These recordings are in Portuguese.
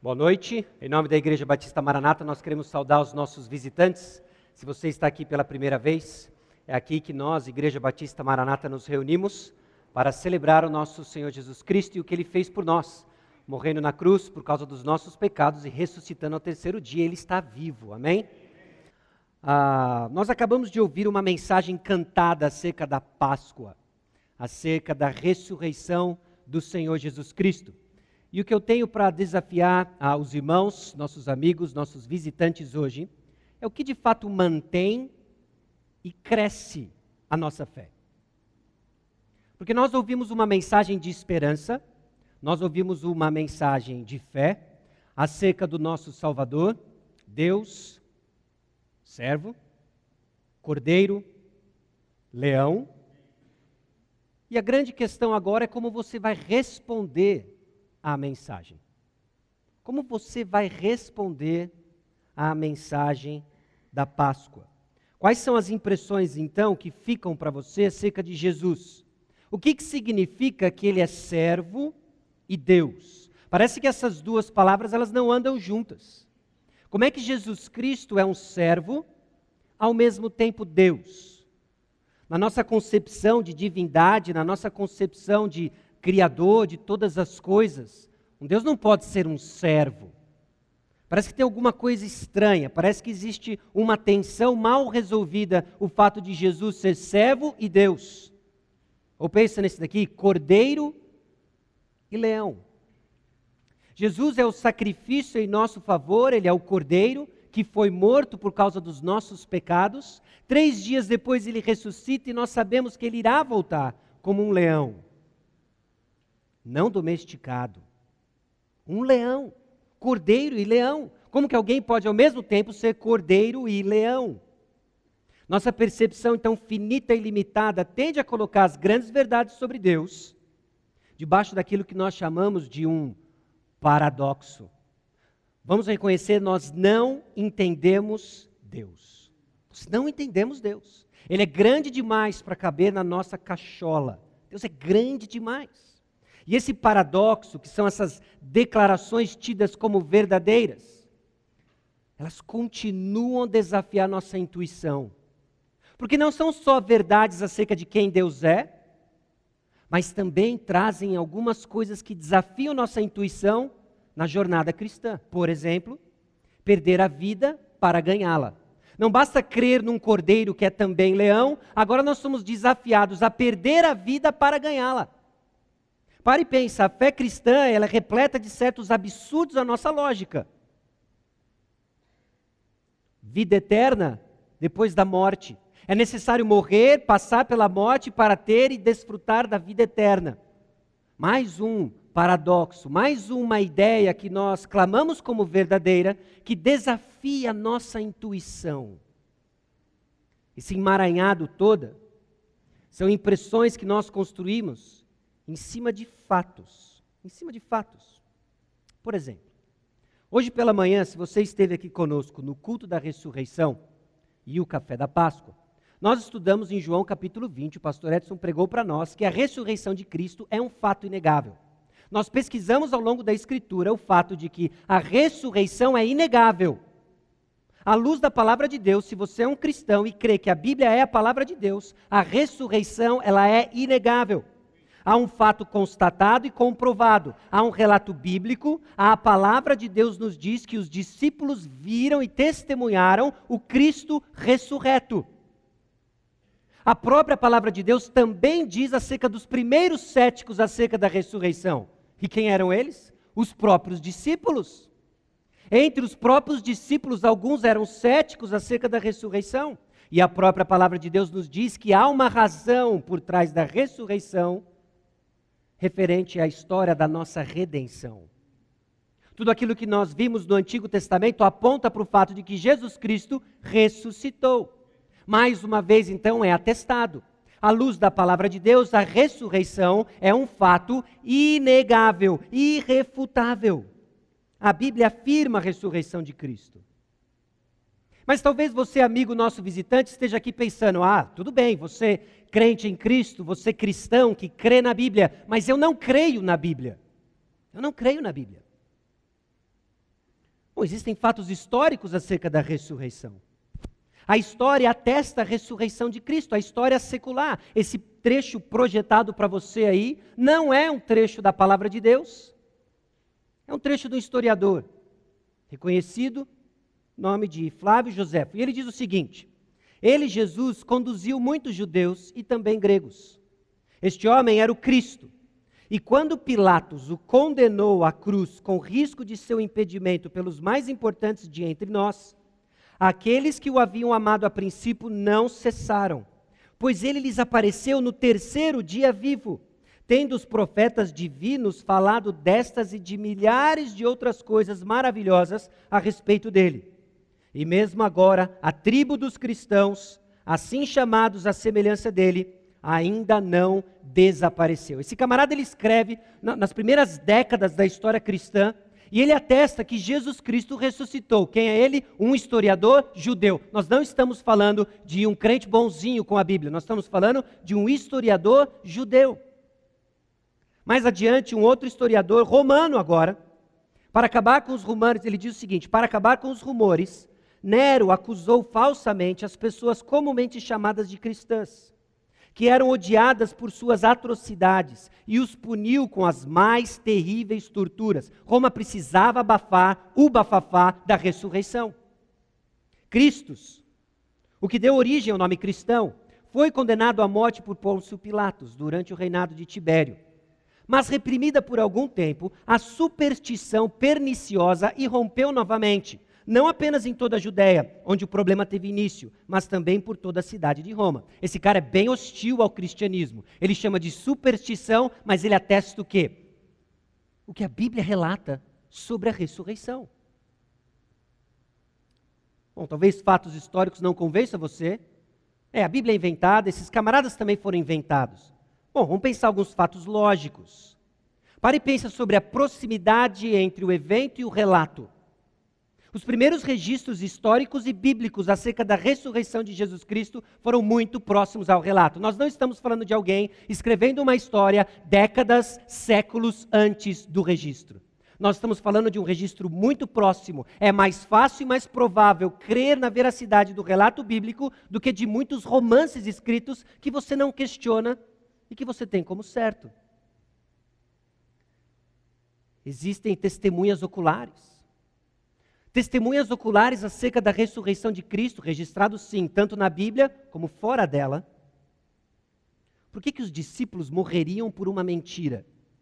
Boa noite. Em nome da Igreja Batista Maranata, nós queremos saudar os nossos visitantes. Se você está aqui pela primeira vez, é aqui que nós, Igreja Batista Maranata, nos reunimos para celebrar o nosso Senhor Jesus Cristo e o que Ele fez por nós, morrendo na cruz por causa dos nossos pecados e ressuscitando ao terceiro dia. Ele está vivo, amém? Nós acabamos de ouvir uma mensagem cantada acerca da Páscoa, acerca da ressurreição do Senhor Jesus Cristo. E o que eu tenho para desafiar aos irmãos, nossos amigos, nossos visitantes hoje, é o que de fato mantém e cresce a nossa fé. Porque nós ouvimos uma mensagem de esperança, nós ouvimos uma mensagem de fé acerca do nosso Salvador, Deus, servo, cordeiro, leão. E a grande questão agora é como você vai responder à mensagem. Como você vai responder à mensagem da Páscoa? Quais são as impressões, então, que ficam para você acerca de Jesus? O que significa que Ele é servo e Deus? Parece que essas duas palavras elas não andam juntas. Como é que Jesus Cristo é um servo, ao mesmo tempo Deus? Na nossa concepção de divindade, na nossa concepção de Criador de todas as coisas, um Deus não pode ser um servo. Parece que tem alguma coisa estranha, parece que existe uma tensão mal resolvida, o fato de Jesus ser servo e Deus. Ou pensa nesse daqui, cordeiro e leão. Jesus é o sacrifício em nosso favor, Ele é o cordeiro que foi morto por causa dos nossos pecados. 3 dias depois Ele ressuscita e nós sabemos que Ele irá voltar como um leão. Não domesticado. Um leão. Cordeiro e leão. Como que alguém pode ao mesmo tempo ser cordeiro e leão? Nossa percepção então finita e limitada tende a colocar as grandes verdades sobre Deus debaixo daquilo que nós chamamos de um paradoxo. Vamos reconhecer, nós não entendemos Deus. Nós não entendemos Deus. Ele é grande demais para caber na nossa cachola. Deus é grande demais. E esse paradoxo, que são essas declarações tidas como verdadeiras, elas continuam a desafiar nossa intuição. Porque não são só verdades acerca de quem Deus é, mas também trazem algumas coisas que desafiam nossa intuição na jornada cristã. Por exemplo, perder a vida para ganhá-la. Não basta crer num cordeiro que é também leão, agora nós somos desafiados a perder a vida para ganhá-la. Pare e pense, a fé cristã ela é repleta de certos absurdos à nossa lógica. Vida eterna depois da morte. É necessário morrer, passar pela morte para ter e desfrutar da vida eterna. Mais um paradoxo, mais uma ideia que nós clamamos como verdadeira, que desafia a nossa intuição. Esse emaranhado toda são impressões que nós construímos em cima de fatos. Em cima de fatos. Por exemplo, hoje pela manhã, se você esteve aqui conosco no culto da ressurreição e o café da Páscoa, nós estudamos em João capítulo 20, o pastor Edson pregou para nós que a ressurreição de Cristo é um fato inegável. Nós pesquisamos ao longo da Escritura o fato de que a ressurreição é inegável. À luz da palavra de Deus, se você é um cristão e crê que a Bíblia é a palavra de Deus, a ressurreição ela é inegável. Há um fato constatado e comprovado. Há um relato bíblico. A palavra de Deus nos diz que os discípulos viram e testemunharam o Cristo ressurreto. A própria palavra de Deus também diz acerca dos primeiros céticos acerca da ressurreição. E quem eram eles? Os próprios discípulos. Entre os próprios discípulos, alguns eram céticos acerca da ressurreição. E a própria palavra de Deus nos diz que há uma razão por trás da ressurreição referente à história da nossa redenção. Tudo aquilo que nós vimos no Antigo Testamento aponta para o fato de que Jesus Cristo ressuscitou. Mais uma vez, então, é atestado. À luz da palavra de Deus, a ressurreição é um fato inegável, irrefutável. A Bíblia afirma a ressurreição de Cristo. Mas talvez você, amigo nosso visitante, esteja aqui pensando, tudo bem, você crente em Cristo, você cristão que crê na Bíblia, mas eu não creio na Bíblia. Eu não creio na Bíblia. Bom, existem fatos históricos acerca da ressurreição. A história atesta a ressurreição de Cristo, a história secular. Esse trecho projetado para você aí não é um trecho da palavra de Deus, é um trecho do historiador, reconhecido, nome de Flávio Joséfo. E ele diz o seguinte: ele, Jesus, conduziu muitos judeus e também gregos. Este homem era o Cristo. E quando Pilatos o condenou à cruz com risco de seu impedimento pelos mais importantes de entre nós, aqueles que o haviam amado a princípio não cessaram, pois ele lhes apareceu no terceiro dia vivo, tendo os profetas divinos falado destas e de milhares de outras coisas maravilhosas a respeito dele. E mesmo agora, a tribo dos cristãos, assim chamados à semelhança dele, ainda não desapareceu. Esse camarada, ele escreve nas primeiras décadas da história cristã, e ele atesta que Jesus Cristo ressuscitou. Quem é ele? Um historiador judeu. Nós não estamos falando de um crente bonzinho com a Bíblia, nós estamos falando de um historiador judeu. Mais adiante, um outro historiador romano agora, para acabar com os rumores, ele diz o seguinte: para acabar com os rumores, Nero acusou falsamente as pessoas comumente chamadas de cristãs, que eram odiadas por suas atrocidades, e os puniu com as mais terríveis torturas. Roma precisava abafar o bafafá da ressurreição. Cristos, o que deu origem ao nome cristão, foi condenado à morte por Pôncio Pilatos durante o reinado de Tibério. Mas reprimida por algum tempo, a superstição perniciosa irrompeu novamente, não apenas em toda a Judéia, onde o problema teve início, mas também por toda a cidade de Roma. Esse cara é bem hostil ao cristianismo. Ele chama de superstição, mas ele atesta o quê? O que a Bíblia relata sobre a ressurreição. Bom, talvez fatos históricos não convençam você. A Bíblia é inventada, esses camaradas também foram inventados. Bom, vamos pensar alguns fatos lógicos. Pare e pense sobre a proximidade entre o evento e o relato. Os primeiros registros históricos e bíblicos acerca da ressurreição de Jesus Cristo foram muito próximos ao relato. Nós não estamos falando de alguém escrevendo uma história décadas, séculos antes do registro. Nós estamos falando de um registro muito próximo. É mais fácil e mais provável crer na veracidade do relato bíblico do que de muitos romances escritos que você não questiona e que você tem como certo. Existem testemunhas oculares. Testemunhas oculares acerca da ressurreição de Cristo, registrados sim, tanto na Bíblia como fora dela. Por que os discípulos morreriam por uma mentira?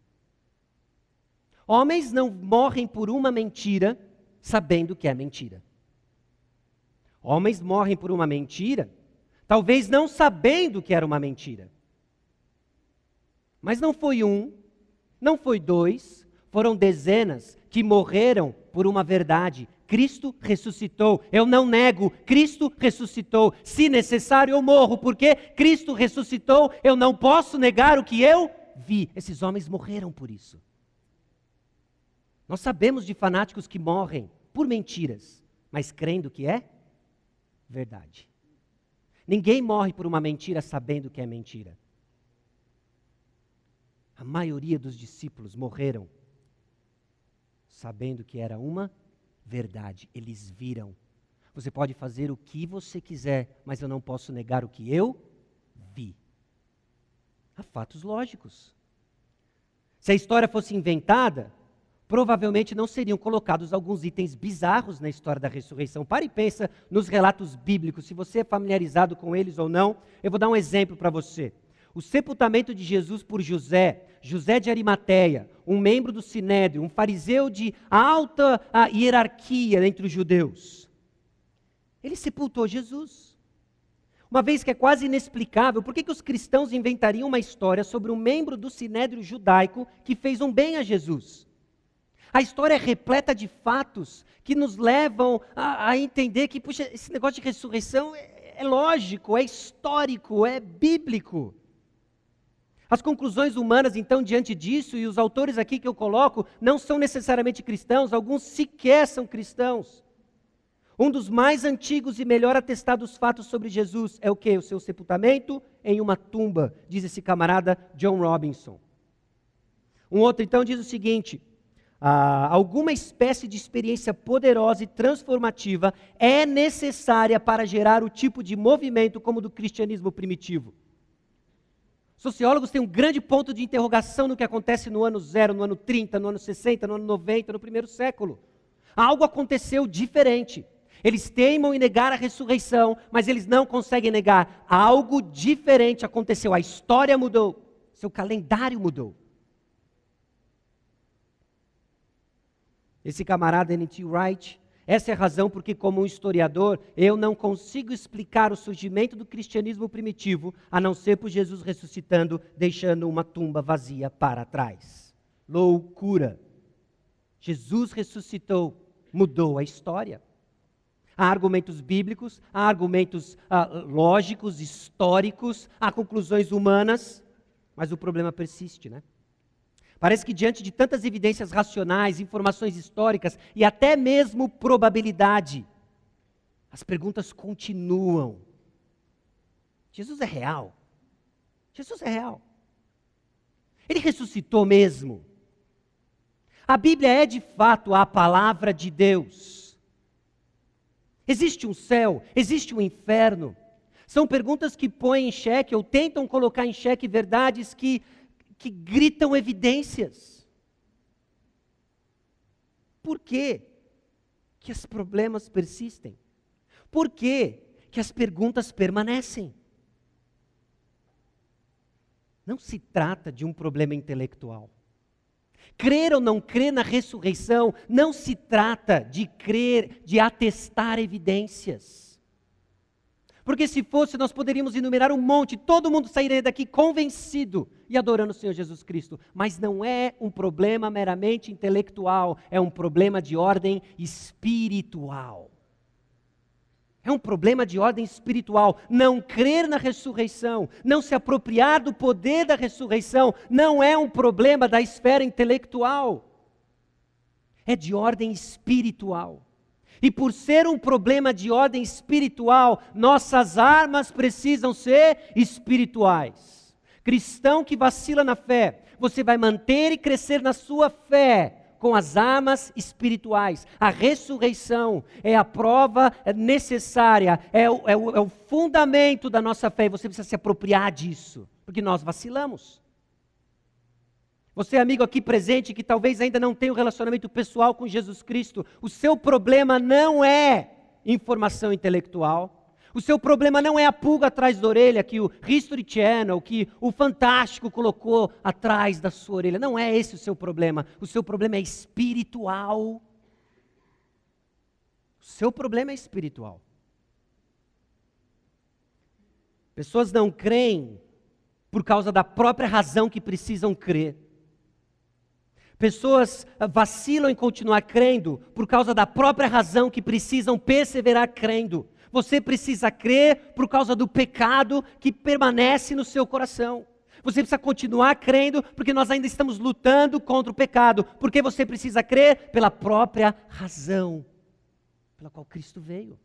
Homens não morrem por uma mentira sabendo que é mentira. Homens morrem por uma mentira, talvez não sabendo que era uma mentira. Mas não foi um, não foi dois, foram dezenas que morreram por uma verdade. Cristo ressuscitou. Eu não nego, Cristo ressuscitou. Se necessário, eu morro, porque Cristo ressuscitou. Eu não posso negar o que eu vi. Esses homens morreram por isso. Nós sabemos de fanáticos que morrem por mentiras, mas crendo que é verdade. Ninguém morre por uma mentira sabendo que é mentira. A maioria dos discípulos morreram sabendo que era uma verdade. Eles viram. Você pode fazer o que você quiser, mas eu não posso negar o que eu vi. Há fatos lógicos. Se a história fosse inventada, provavelmente não seriam colocados alguns itens bizarros na história da ressurreição. Pare e pensa nos relatos bíblicos, se você é familiarizado com eles ou não. Eu vou dar um exemplo para você. O sepultamento de Jesus por José de Arimateia, um membro do Sinédrio, um fariseu de alta hierarquia entre os judeus. Ele sepultou Jesus. Uma vez que é quase inexplicável, por que os cristãos inventariam uma história sobre um membro do Sinédrio judaico que fez um bem a Jesus? A história é repleta de fatos que nos levam a entender que, puxa, esse negócio de ressurreição é lógico, é histórico, é bíblico. As conclusões humanas, então, diante disso, e os autores aqui que eu coloco, não são necessariamente cristãos, alguns sequer são cristãos. Um dos mais antigos e melhor atestados fatos sobre Jesus é o quê? O seu sepultamento em uma tumba, diz esse camarada John Robinson. Um outro, então, diz o seguinte: alguma espécie de experiência poderosa e transformativa é necessária para gerar o tipo de movimento como o do cristianismo primitivo. Sociólogos têm um grande ponto de interrogação no que acontece no ano 0, no ano 30, no ano 60, no ano 90, no primeiro século. Algo aconteceu diferente. Eles teimam em negar a ressurreição, mas eles não conseguem negar. Algo diferente aconteceu. A história mudou. Seu calendário mudou. Esse camarada N.T. Wright, essa é a razão porque, como um historiador, eu não consigo explicar o surgimento do cristianismo primitivo, a não ser por Jesus ressuscitando, deixando uma tumba vazia para trás. Loucura. Jesus ressuscitou, mudou a história. Há argumentos bíblicos, há argumentos lógicos, históricos, há conclusões humanas, mas o problema persiste, né? Parece que diante de tantas evidências racionais, informações históricas e até mesmo probabilidade, as perguntas continuam. Jesus é real? Jesus é real. Ele ressuscitou mesmo? A Bíblia é de fato a palavra de Deus. Existe um céu? Existe um inferno? São perguntas que põem em xeque ou tentam colocar em xeque verdades que gritam evidências. Por quê que os problemas persistem? Por quê que as perguntas permanecem? Não se trata de um problema intelectual. Crer ou não crer na ressurreição não se trata de crer, de atestar evidências. Porque se fosse, nós poderíamos enumerar um monte, todo mundo sairia daqui convencido e adorando o Senhor Jesus Cristo. Mas não é um problema meramente intelectual, é um problema de ordem espiritual. É um problema de ordem espiritual. Não crer na ressurreição, não se apropriar do poder da ressurreição, não é um problema da esfera intelectual. É de ordem espiritual. E por ser um problema de ordem espiritual, nossas armas precisam ser espirituais. Cristão que vacila na fé, você vai manter e crescer na sua fé com as armas espirituais. A ressurreição é a prova necessária, é o fundamento da nossa fé. E você precisa se apropriar disso, porque nós vacilamos. Você, amigo aqui presente, que talvez ainda não tenha um relacionamento pessoal com Jesus Cristo, o seu problema não é informação intelectual, o seu problema não é a pulga atrás da orelha que o History Channel, que o Fantástico colocou atrás da sua orelha. Não é esse o seu problema é espiritual. O seu problema é espiritual. Pessoas não creem por causa da própria razão que precisam crer. Pessoas vacilam em continuar crendo por causa da própria razão que precisam perseverar crendo. Você precisa crer por causa do pecado que permanece no seu coração. Você precisa continuar crendo porque nós ainda estamos lutando contra o pecado. Porque você precisa crer pela própria razão pela qual Cristo veio.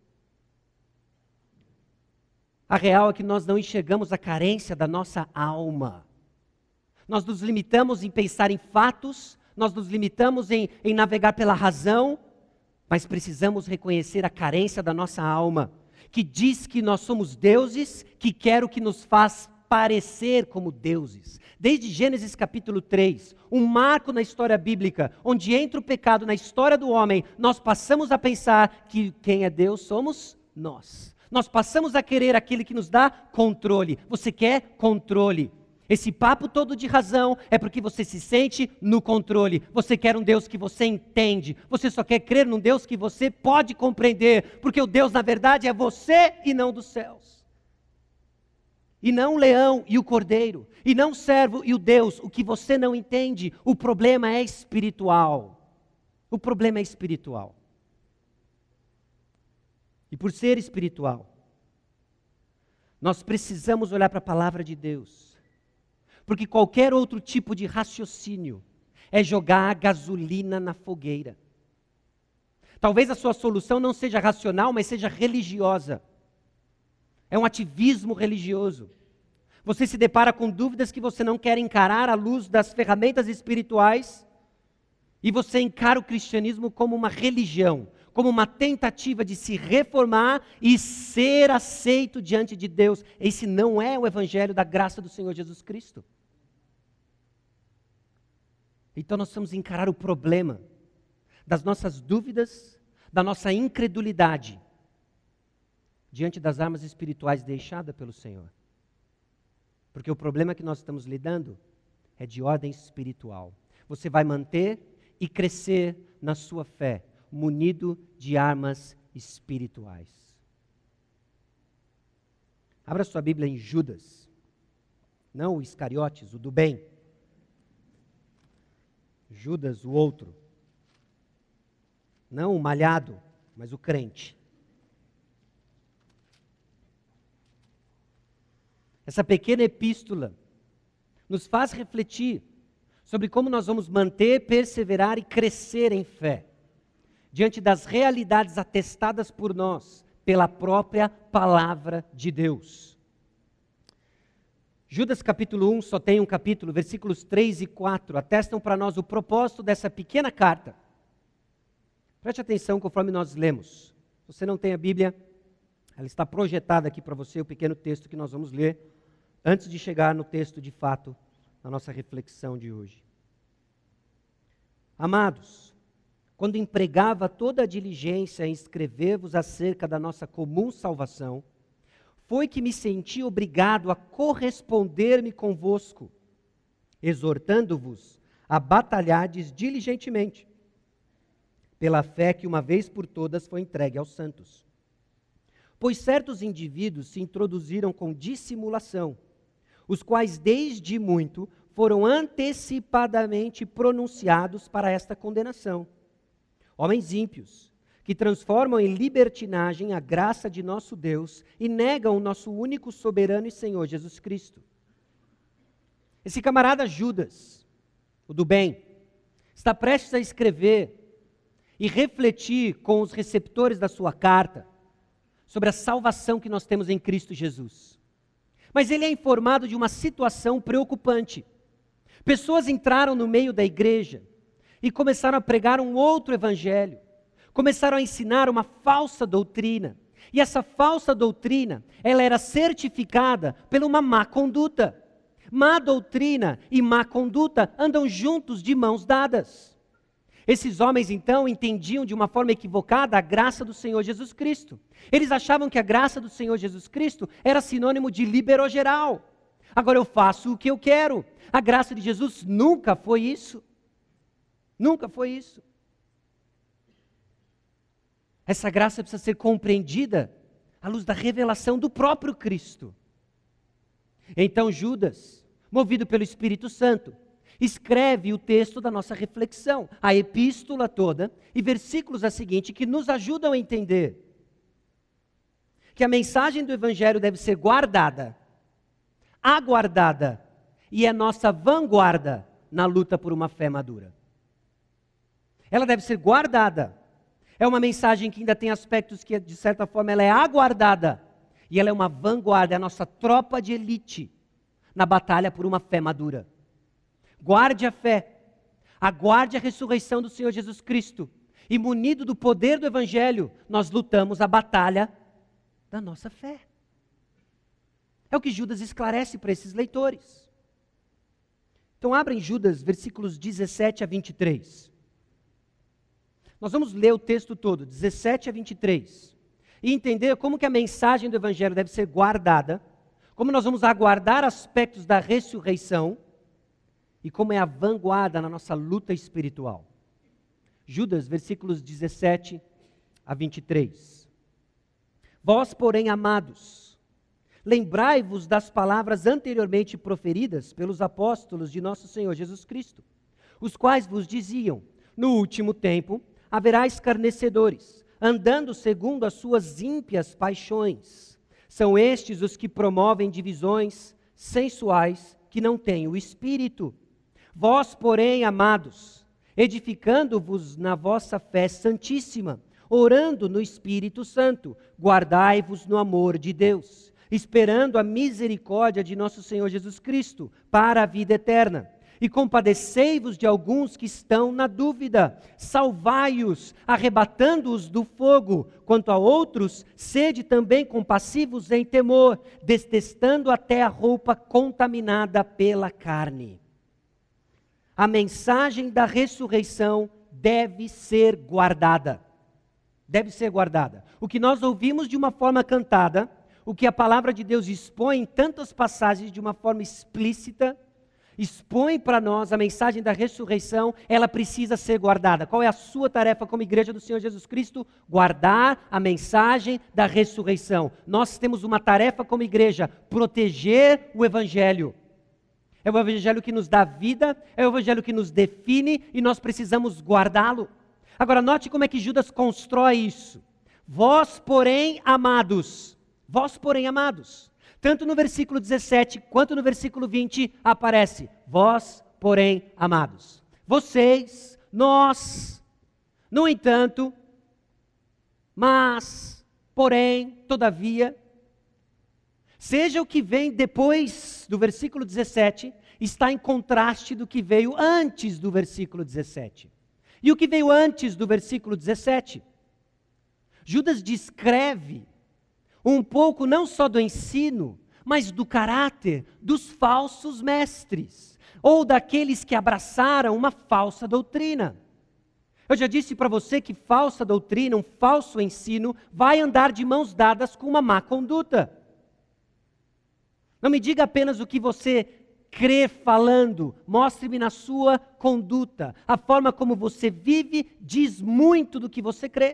A real é que nós não enxergamos a carência da nossa alma. Nós nos limitamos em pensar em fatos, nós nos limitamos em navegar pela razão, mas precisamos reconhecer a carência da nossa alma, que diz que nós somos deuses, que quer o que nos faz parecer como deuses. Desde Gênesis capítulo 3, um marco na história bíblica, onde entra o pecado na história do homem, nós passamos a pensar que quem é Deus somos nós. Nós passamos a querer aquele que nos dá controle. Você quer controle. Esse papo todo de razão é porque você se sente no controle. Você quer um Deus que você entende. Você só quer crer num Deus que você pode compreender. Porque o Deus, na verdade, é você e não dos céus. E não o leão e o cordeiro. E não o servo e o Deus. O que você não entende, o problema é espiritual. O problema é espiritual. E por ser espiritual, nós precisamos olhar para a palavra de Deus. Porque qualquer outro tipo de raciocínio é jogar gasolina na fogueira. Talvez a sua solução não seja racional, mas seja religiosa. É um ativismo religioso. Você se depara com dúvidas que você não quer encarar à luz das ferramentas espirituais. E você encara o cristianismo como uma religião, como uma tentativa de se reformar e ser aceito diante de Deus. Esse não é o evangelho da graça do Senhor Jesus Cristo. Então nós precisamos encarar o problema das nossas dúvidas, da nossa incredulidade, diante das armas espirituais deixadas pelo Senhor. Porque o problema que nós estamos lidando é de ordem espiritual. Você vai manter e crescer na sua fé, munido de armas espirituais. Abra sua Bíblia em Judas, não o Iscariotes, o do bem. Judas, o outro. Não o malhado, mas o crente. Essa pequena epístola nos faz refletir sobre como nós vamos manter, perseverar e crescer em fé, diante das realidades atestadas por nós, pela própria palavra de Deus. Judas capítulo 1 só tem um capítulo, versículos 3 e 4, atestam para nós o propósito dessa pequena carta. Preste atenção conforme nós lemos. Se você não tem a Bíblia, ela está projetada aqui para você, o pequeno texto que nós vamos ler, antes de chegar no texto de fato, na nossa reflexão de hoje. Amados, quando empregava toda a diligência em escrever-vos acerca da nossa comum salvação, foi que me senti obrigado a corresponder-me convosco, exortando-vos a batalhardes diligentemente, pela fé que uma vez por todas foi entregue aos santos. Pois certos indivíduos se introduziram com dissimulação, os quais desde muito foram antecipadamente pronunciados para esta condenação. Homens ímpios, que transformam em libertinagem a graça de nosso Deus e negam o nosso único soberano e Senhor Jesus Cristo. Esse camarada Judas, o do bem, está prestes a escrever e refletir com os receptores da sua carta sobre a salvação que nós temos em Cristo Jesus. Mas ele é informado de uma situação preocupante. Pessoas entraram no meio da igreja e começaram a pregar um outro evangelho. Começaram a ensinar uma falsa doutrina. E essa falsa doutrina, ela era certificada por uma má conduta. Má doutrina e má conduta andam juntos de mãos dadas. Esses homens, então, entendiam de uma forma equivocada a graça do Senhor Jesus Cristo. Eles achavam que a graça do Senhor Jesus Cristo era sinônimo de liberou-geral. Agora eu faço o que eu quero. A graça de Jesus nunca foi isso. Nunca foi isso. Essa graça precisa ser compreendida à luz da revelação do próprio Cristo. Então Judas, movido pelo Espírito Santo, escreve o texto da nossa reflexão, a epístola toda, e versículos a seguinte que nos ajudam a entender que a mensagem do Evangelho deve ser guardada, aguardada, e é nossa vanguarda na luta por uma fé madura. Ela deve ser guardada. É uma mensagem que ainda tem aspectos que, de certa forma, ela é aguardada, e ela é uma vanguarda, é a nossa tropa de elite na batalha por uma fé madura. Guarde a fé, aguarde a ressurreição do Senhor Jesus Cristo, e munido do poder do Evangelho, nós lutamos a batalha da nossa fé. É o que Judas esclarece para esses leitores. Então abra em Judas, versículos 17 a 23. Nós vamos ler o texto todo, 17 a 23, e entender como que a mensagem do Evangelho deve ser guardada, como nós vamos aguardar aspectos da ressurreição, e como é a vanguarda na nossa luta espiritual. Judas, versículos 17 a 23. Vós, porém, amados, lembrai-vos das palavras anteriormente proferidas pelos apóstolos de nosso Senhor Jesus Cristo, os quais vos diziam, no último tempo, haverá escarnecedores, andando segundo as suas ímpias paixões. São estes os que promovem divisões sensuais que não têm o Espírito. Vós, porém, amados, edificando-vos na vossa fé santíssima, orando no Espírito Santo, guardai-vos no amor de Deus, esperando a misericórdia de nosso Senhor Jesus Cristo para a vida eterna, e compadecei-vos de alguns que estão na dúvida. Salvai-os, arrebatando-os do fogo. Quanto a outros, sede também compassivos em temor, detestando até a roupa contaminada pela carne. A mensagem da ressurreição deve ser guardada. Deve ser guardada. O que nós ouvimos de uma forma cantada, o que a palavra de Deus expõe em tantas passagens de uma forma explícita, expõe para nós a mensagem da ressurreição, ela precisa ser guardada. Qual é a sua tarefa como igreja do Senhor Jesus Cristo? Guardar a mensagem da ressurreição. Nós temos uma tarefa como igreja, proteger o Evangelho. É o Evangelho que nos dá vida, é o Evangelho que nos define e nós precisamos guardá-lo. Agora note como é que Judas constrói isso. Vós, porém, amados, tanto no versículo 17 quanto no versículo 20 aparece, vós, porém, amados. Vocês, nós, no entanto, mas, porém, todavia, seja o que vem depois do versículo 17, está em contraste do que veio antes do versículo 17. E o que veio antes do versículo 17? Judas descreve um pouco não só do ensino, mas do caráter dos falsos mestres, ou daqueles que abraçaram uma falsa doutrina. Eu já disse para você que falsa doutrina, um falso ensino, vai andar de mãos dadas com uma má conduta. Não me diga apenas o que você crê falando, mostre-me na sua conduta. A forma como você vive diz muito do que você crê.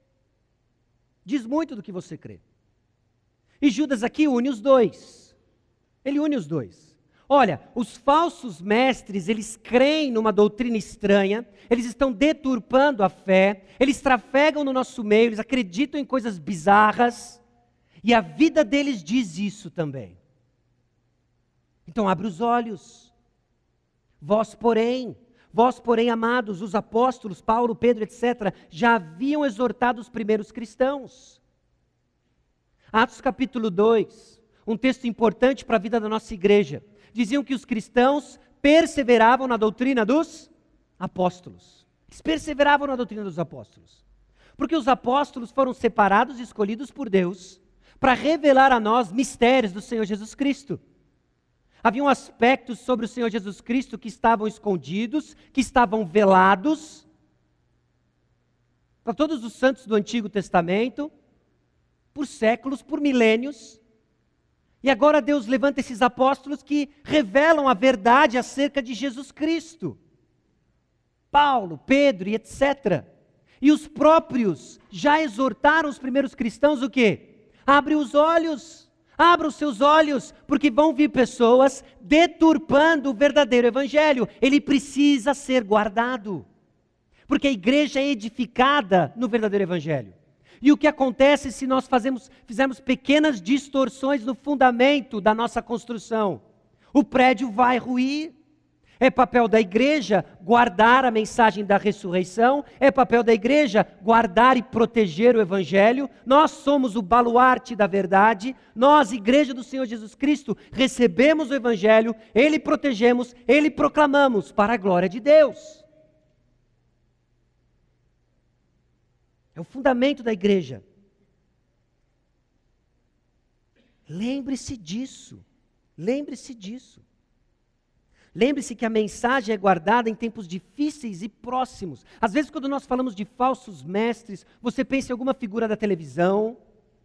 Diz muito do que você crê. E Judas aqui une os dois. Ele une os dois. Olha, os falsos mestres, eles creem numa doutrina estranha, eles estão deturpando a fé, eles trafegam no nosso meio, eles acreditam em coisas bizarras, e a vida deles diz isso também. Então abre os olhos. Vós, porém, amados, os apóstolos, Paulo, Pedro, etc., já haviam exortado os primeiros cristãos. Atos capítulo 2, um texto importante para a vida da nossa igreja. Diziam que os cristãos perseveravam na doutrina dos apóstolos. Eles perseveravam na doutrina dos apóstolos. Porque os apóstolos foram separados e escolhidos por Deus para revelar a nós mistérios do Senhor Jesus Cristo. Haviam aspectos sobre o Senhor Jesus Cristo que estavam escondidos, que estavam velados para todos os santos do Antigo Testamento, por séculos, por milênios. E agora Deus levanta esses apóstolos que revelam a verdade acerca de Jesus Cristo. Paulo, Pedro e etc. E os próprios já exortaram os primeiros cristãos o quê? Abre os olhos. Abra os seus olhos, porque vão vir pessoas deturpando o verdadeiro evangelho. Ele precisa ser guardado, porque a igreja é edificada no verdadeiro evangelho. E o que acontece se nós fizermos pequenas distorções no fundamento da nossa construção? O prédio vai ruir. É papel da igreja guardar a mensagem da ressurreição, é papel da igreja guardar e proteger o evangelho. Nós somos o baluarte da verdade, nós, igreja do Senhor Jesus Cristo, recebemos o evangelho, ele protegemos, ele proclamamos para a glória de Deus. É o fundamento da igreja. Lembre-se disso, lembre-se disso. Lembre-se que a mensagem é guardada em tempos difíceis e próximos. Às vezes, quando nós falamos de falsos mestres, você pensa em alguma figura da televisão.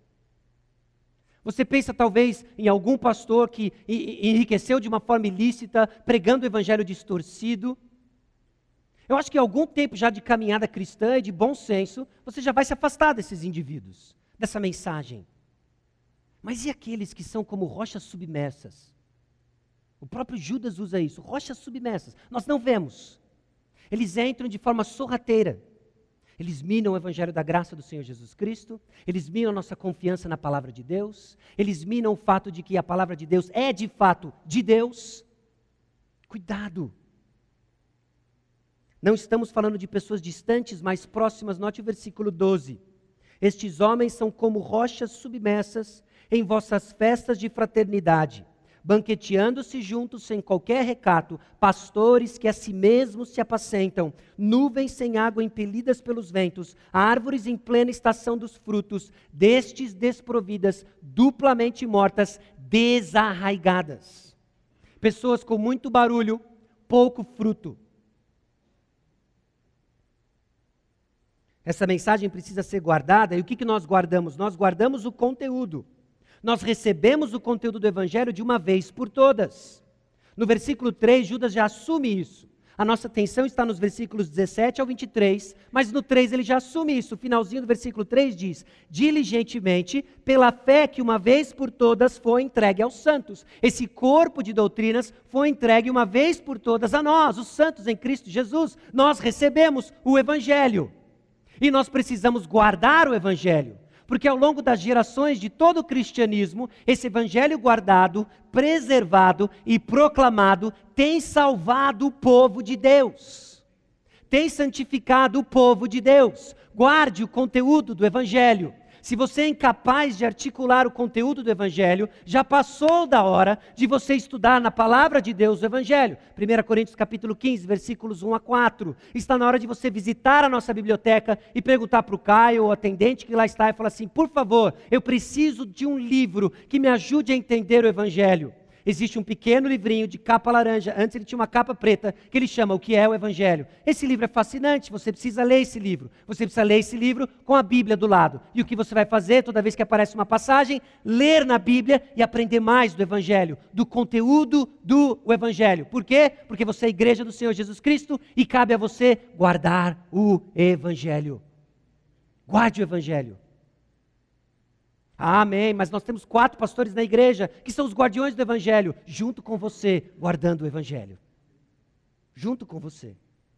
Você pensa talvez em algum pastor que enriqueceu de uma forma ilícita, pregando o evangelho distorcido. Eu acho que em algum tempo já de caminhada cristã e de bom senso, você já vai se afastar desses indivíduos, dessa mensagem. Mas e aqueles que são como rochas submersas? O próprio Judas usa isso, rochas submersas. Nós não vemos. Eles entram de forma sorrateira. Eles minam o evangelho da graça do Senhor Jesus Cristo. Eles minam a nossa confiança na palavra de Deus. Eles minam o fato de que a palavra de Deus é de fato de Deus. Cuidado. Não estamos falando de pessoas distantes, mas próximas. Note o versículo 12. Estes homens são como rochas submersas em vossas festas de fraternidade. banqueteando-se juntos sem qualquer recato, pastores que a si mesmos se apacentam, nuvens sem água impelidas pelos ventos, árvores em plena estação dos frutos, destes desprovidas, duplamente mortas, desarraigadas. Pessoas com muito barulho, pouco fruto. Essa mensagem precisa ser guardada, e o que nós guardamos? Nós guardamos o conteúdo. Nós recebemos o conteúdo do Evangelho de uma vez por todas. No versículo 3, Judas já assume isso. A nossa atenção está nos versículos 17 ao 23, mas no 3 ele já assume isso. O finalzinho do versículo 3 diz: diligentemente, pela fé que uma vez por todas foi entregue aos santos. Esse corpo de doutrinas foi entregue uma vez por todas a nós, os santos em Cristo Jesus. Nós recebemos o Evangelho. E nós precisamos guardar o Evangelho, porque ao longo das gerações de todo o cristianismo, esse Evangelho guardado, preservado e proclamado tem salvado o povo de Deus, tem santificado o povo de Deus. Guarde o conteúdo do Evangelho. Se você é incapaz de articular o conteúdo do Evangelho, já passou da hora de você estudar na palavra de Deus o Evangelho. 1 Coríntios capítulo 15, versículos 1 a 4. Está na hora de você visitar a nossa biblioteca e perguntar para o Caio, ou o atendente que lá está, e falar assim: por favor, eu preciso de um livro que me ajude a entender o Evangelho. Existe um pequeno livrinho de capa laranja, antes ele tinha uma capa preta, que ele chama O que é o Evangelho. Esse livro é fascinante, você precisa ler esse livro. Você precisa ler esse livro com a Bíblia do lado. E o que você vai fazer toda vez que aparece uma passagem? Ler na Bíblia e aprender mais do Evangelho, do conteúdo do Evangelho. Por quê? Porque você é a igreja do Senhor Jesus Cristo e cabe a você guardar o Evangelho. Guarde o Evangelho. Amém, mas nós temos 4 pastores na igreja que são os guardiões do Evangelho, junto com você, guardando o Evangelho. Junto com você.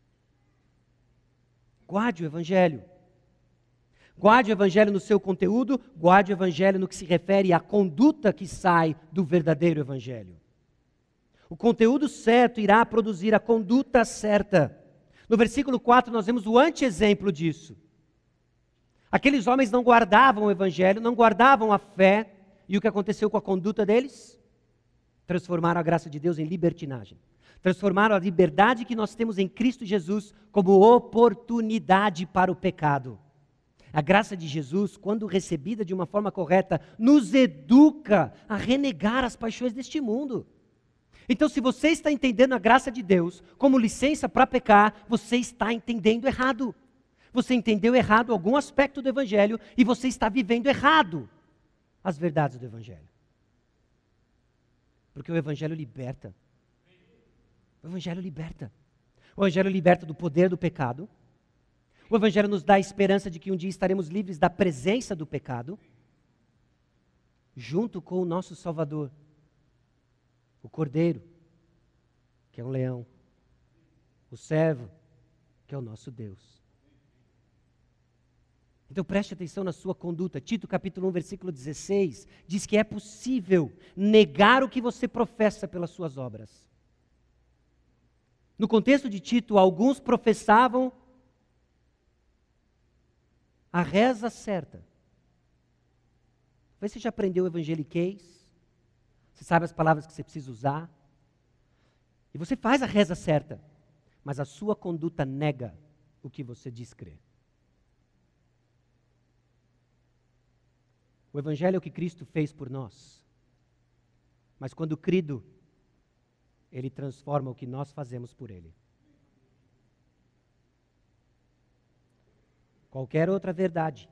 Guarde o Evangelho. Guarde o Evangelho no seu conteúdo, guarde o Evangelho no que se refere à conduta que sai do verdadeiro Evangelho. O conteúdo certo irá produzir a conduta certa. No versículo 4 nós vemos o anti-exemplo disso. Aqueles homens não guardavam o Evangelho, não guardavam a fé, e o que aconteceu com a conduta deles? Transformaram a graça de Deus em libertinagem. Transformaram a liberdade que nós temos em Cristo Jesus como oportunidade para o pecado. A graça de Jesus, quando recebida de uma forma correta, nos educa a renegar as paixões deste mundo. Então, se você está entendendo a graça de Deus como licença para pecar, você está entendendo errado. Você entendeu errado algum aspecto do Evangelho e você está vivendo errado as verdades do Evangelho. Porque o Evangelho liberta. O Evangelho liberta. O Evangelho liberta do poder do pecado. O Evangelho nos dá a esperança de que um dia estaremos livres da presença do pecado, junto com o nosso Salvador, o Cordeiro, que é um leão, o servo, que é o nosso Deus. Então preste atenção na sua conduta. Tito capítulo 1, versículo 16, diz que é possível negar o que você professa pelas suas obras. No contexto de Tito, alguns professavam a reza certa. Você já aprendeu o evangeliquez? Você sabe as palavras que você precisa usar? E você faz a reza certa, mas a sua conduta nega o que você diz crer. O Evangelho é o que Cristo fez por nós. Mas quando crido, Ele transforma o que nós fazemos por Ele. Qualquer outra verdade,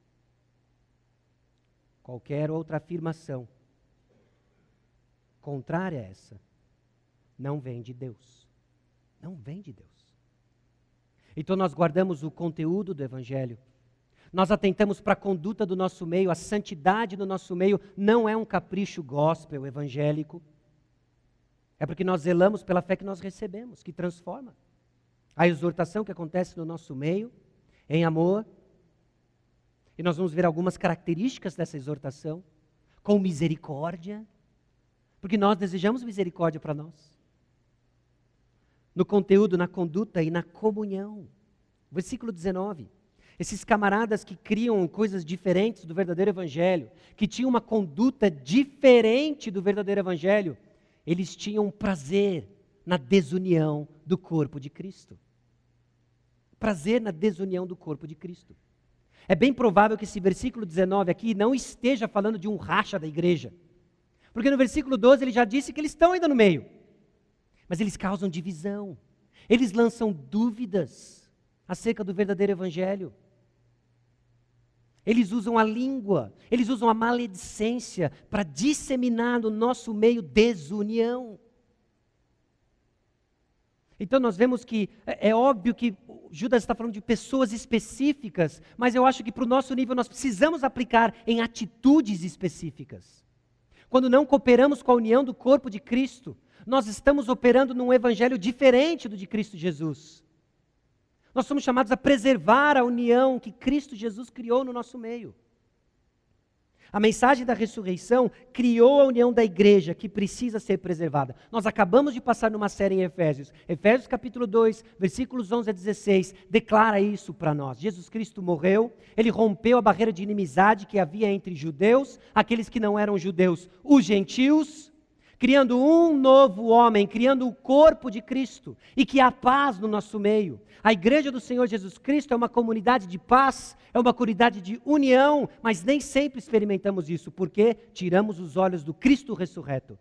qualquer outra afirmação contrária a essa, não vem de Deus. Não vem de Deus. Então nós guardamos o conteúdo do Evangelho. Nós atentamos para a conduta do nosso meio, a santidade do nosso meio não é um capricho gospel evangélico. É porque nós zelamos pela fé que nós recebemos, que transforma. A exortação que acontece no nosso meio, em amor. E nós vamos ver algumas características dessa exortação, com misericórdia, porque nós desejamos misericórdia para nós. No conteúdo, na conduta e na comunhão. Versículo 19. Esses camaradas que criam coisas diferentes do verdadeiro evangelho, que tinham uma conduta diferente do verdadeiro evangelho, eles tinham prazer na desunião do corpo de Cristo. Prazer na desunião do corpo de Cristo. É bem provável que esse versículo 19 aqui não esteja falando de um racha da igreja. Porque no versículo 12 ele já disse que eles estão ainda no meio. Mas eles causam divisão. Eles lançam dúvidas acerca do verdadeiro evangelho. Eles usam a língua, eles usam a maledicência para disseminar no nosso meio desunião. Então nós vemos que é óbvio que Judas está falando de pessoas específicas, mas eu acho que para o nosso nível nós precisamos aplicar em atitudes específicas. Quando não cooperamos com a união do corpo de Cristo, nós estamos operando num evangelho diferente do de Cristo Jesus. Nós somos chamados a preservar a união que Cristo Jesus criou no nosso meio. A mensagem da ressurreição criou a união da igreja que precisa ser preservada. Nós acabamos de passar numa série em Efésios. Efésios capítulo 2, versículos 11 a 16, declara isso para nós. Jesus Cristo morreu, ele rompeu a barreira de inimizade que havia entre judeus, aqueles que não eram judeus, os gentios, criando um novo homem, criando o corpo de Cristo, e que há paz no nosso meio. A igreja do Senhor Jesus Cristo é uma comunidade de paz, é uma comunidade de união, mas nem sempre experimentamos isso, porque tiramos os olhos do Cristo ressurreto.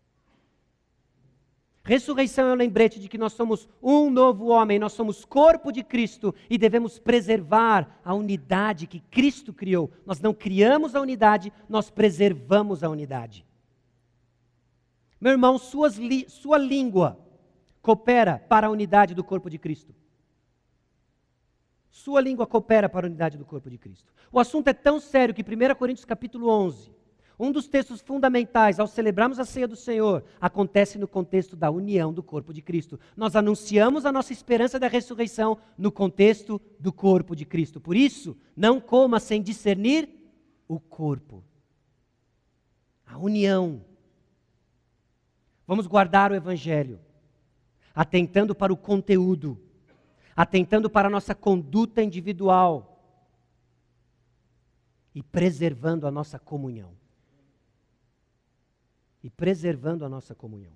Ressurreição é um lembrete de que nós somos um novo homem, nós somos corpo de Cristo e devemos preservar a unidade que Cristo criou. Nós não criamos a unidade, nós preservamos a unidade. Meu irmão, sua língua coopera para a unidade do corpo de Cristo. Sua língua coopera para a unidade do corpo de Cristo. O assunto é tão sério que 1 Coríntios capítulo 11, um dos textos fundamentais ao celebrarmos a ceia do Senhor, acontece no contexto da união do corpo de Cristo. Nós anunciamos a nossa esperança da ressurreição no contexto do corpo de Cristo. Por isso, não coma sem discernir o corpo. A união. Vamos guardar o evangelho, atentando para o conteúdo, atentando para a nossa conduta individual e preservando a nossa comunhão. E preservando a nossa comunhão.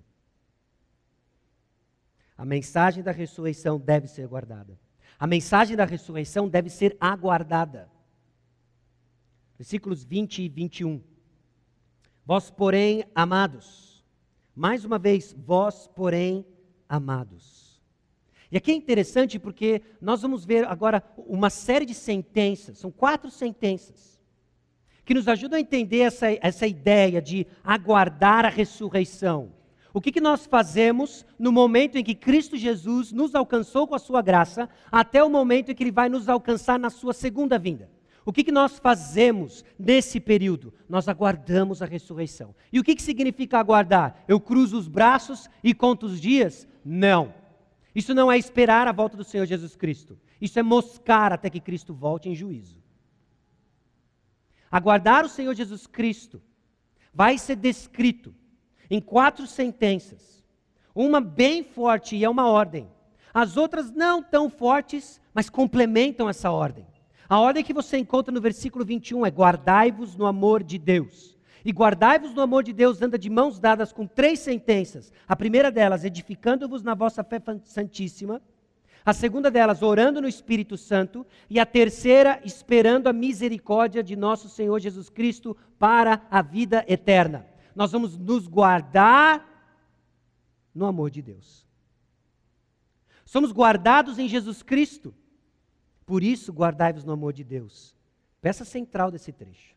A mensagem da ressurreição deve ser guardada. A mensagem da ressurreição deve ser aguardada. Versículos 20 e 21. Vós, porém, amados, mais uma vez, vós, porém, amados. E aqui é interessante porque nós vamos ver agora uma série de sentenças, são 4 sentenças, que nos ajudam a entender essa ideia de aguardar a ressurreição. O que nós fazemos no momento em que Cristo Jesus nos alcançou com a sua graça, até o momento em que Ele vai nos alcançar na sua segunda vinda. O que nós fazemos nesse período? Nós aguardamos a ressurreição. E o que significa aguardar? Eu cruzo os braços e conto os dias? Não. Isso não é esperar a volta do Senhor Jesus Cristo. Isso é moscar até que Cristo volte em juízo. Aguardar o Senhor Jesus Cristo vai ser descrito em 4 sentenças. Uma bem forte e é uma ordem. As outras não tão fortes, mas complementam essa ordem. A ordem que você encontra no versículo 21 é guardai-vos no amor de Deus. E guardai-vos no amor de Deus anda de mãos dadas com 3 sentenças. A primeira delas, edificando-vos na vossa fé santíssima. A segunda delas, orando no Espírito Santo. E a terceira, esperando a misericórdia de nosso Senhor Jesus Cristo para a vida eterna. Nós vamos nos guardar no amor de Deus. Somos guardados em Jesus Cristo. Por isso, guardai-vos no amor de Deus. Peça central desse trecho.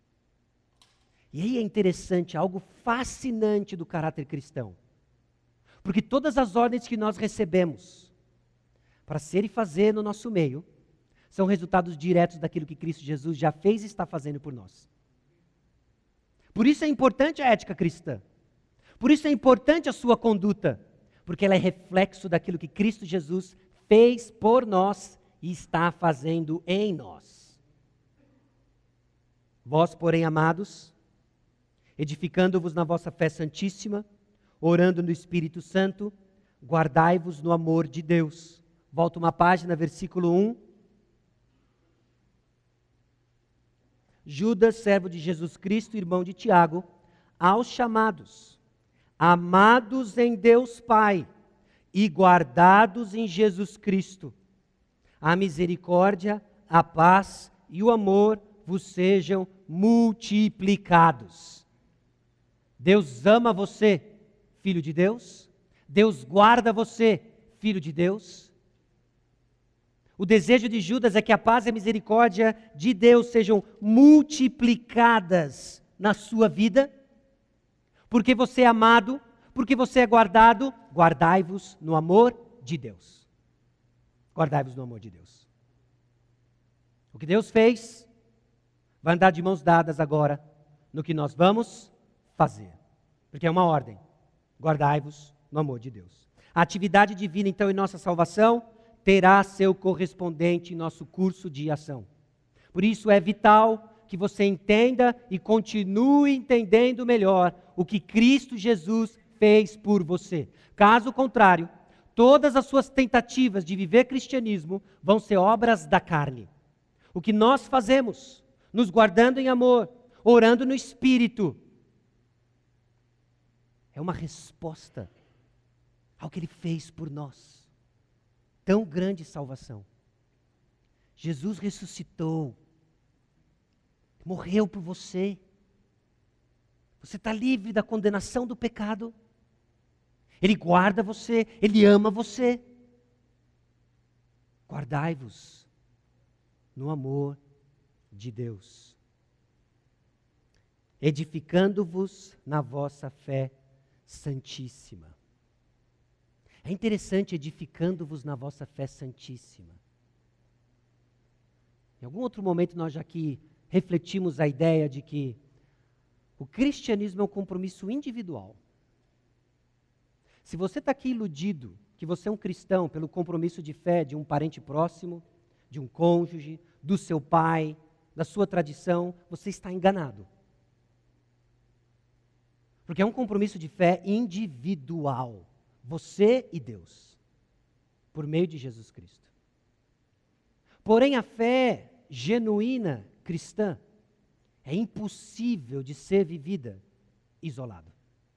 E aí é interessante, algo fascinante do caráter cristão. Porque todas as ordens que nós recebemos para ser e fazer no nosso meio, são resultados diretos daquilo que Cristo Jesus já fez e está fazendo por nós. Por isso é importante a ética cristã. Por isso é importante a sua conduta. Porque ela é reflexo daquilo que Cristo Jesus fez por nós e está fazendo em nós. Vós, porém, amados, edificando-vos na vossa fé santíssima, orando no Espírito Santo, guardai-vos no amor de Deus. Volta uma página, versículo 1. Judas, servo de Jesus Cristo, irmão de Tiago, aos chamados, amados em Deus Pai e guardados em Jesus Cristo. A misericórdia, a paz e o amor vos sejam multiplicados. Deus ama você, filho de Deus. Deus guarda você, filho de Deus. O desejo de Judas é que a paz e a misericórdia de Deus sejam multiplicadas na sua vida. Porque você é amado, porque você é guardado, guardai-vos no amor de Deus. Guardai-vos no amor de Deus. O que Deus fez vai andar de mãos dadas agora no que nós vamos fazer. Porque é uma ordem. Guardai-vos no amor de Deus. A atividade divina, então, em nossa salvação, terá seu correspondente em nosso curso de ação. Por isso é vital que você entenda e continue entendendo melhor o que Cristo Jesus fez por você. Caso contrário, todas as suas tentativas de viver cristianismo vão ser obras da carne. O que nós fazemos, nos guardando em amor, orando no Espírito, é uma resposta ao que Ele fez por nós. Tão grande salvação. Jesus ressuscitou, morreu por você. Você está livre da condenação do pecado. Ele guarda você, Ele ama você. Guardai-vos no amor de Deus, edificando-vos na vossa fé santíssima. É interessante, edificando-vos na vossa fé santíssima. Em algum outro momento nós já aqui refletimos a ideia de que o cristianismo é um compromisso individual. Se você está aqui iludido que você é um cristão pelo compromisso de fé de um parente próximo, de um cônjuge, do seu pai, da sua tradição, você está enganado. Porque é um compromisso de fé individual. Você e Deus, por meio de Jesus Cristo. Porém, a fé genuína cristã é impossível de ser vivida isolado.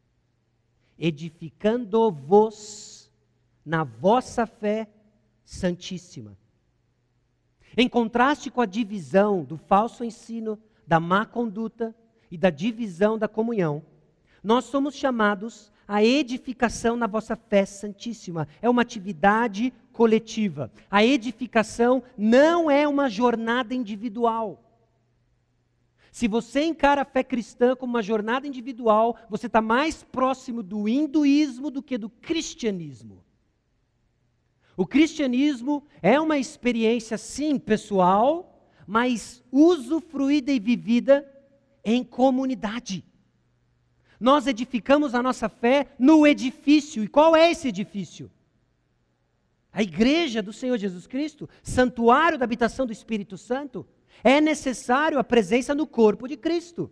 Edificando-vos na vossa fé santíssima. Em contraste com a divisão do falso ensino, da má conduta e da divisão da comunhão, nós somos chamados à edificação na vossa fé santíssima. É uma atividade coletiva. A edificação não é uma jornada individual. Se você encara a fé cristã como uma jornada individual, você está mais próximo do hinduísmo do que do cristianismo. O cristianismo é uma experiência, sim, pessoal, mas usufruída e vivida em comunidade. Nós edificamos a nossa fé no edifício. E qual é esse edifício? A igreja do Senhor Jesus Cristo, santuário da habitação do Espírito Santo. É necessário a presença no corpo de Cristo.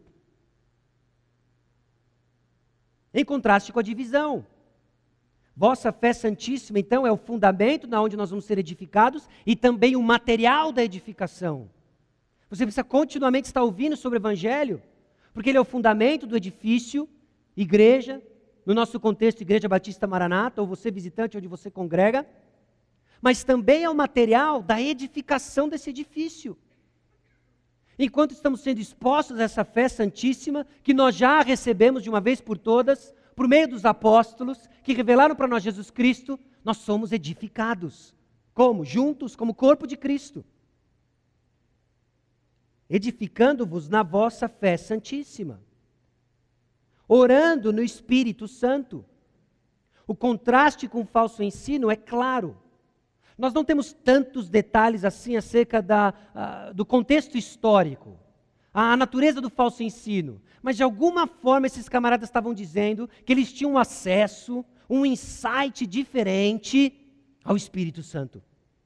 Em contraste com a divisão. Vossa fé santíssima, então, é o fundamento na onde nós vamos ser edificados e também o material da edificação. Você precisa continuamente estar ouvindo sobre o Evangelho, porque ele é o fundamento do edifício, igreja, no nosso contexto, Igreja Batista Maranata, ou você visitante onde você congrega, mas também é o material da edificação desse edifício. Enquanto estamos sendo expostos a essa fé santíssima, que nós já recebemos de uma vez por todas, por meio dos apóstolos, que revelaram para nós Jesus Cristo, nós somos edificados. Como? Juntos, como corpo de Cristo. Edificando-vos na vossa fé santíssima. Orando no Espírito Santo. O contraste com o falso ensino é claro. Nós não temos tantos detalhes assim acerca do contexto histórico, a natureza do falso ensino, mas de alguma forma esses camaradas estavam dizendo que eles tinham acesso, um insight diferente ao Espírito Santo.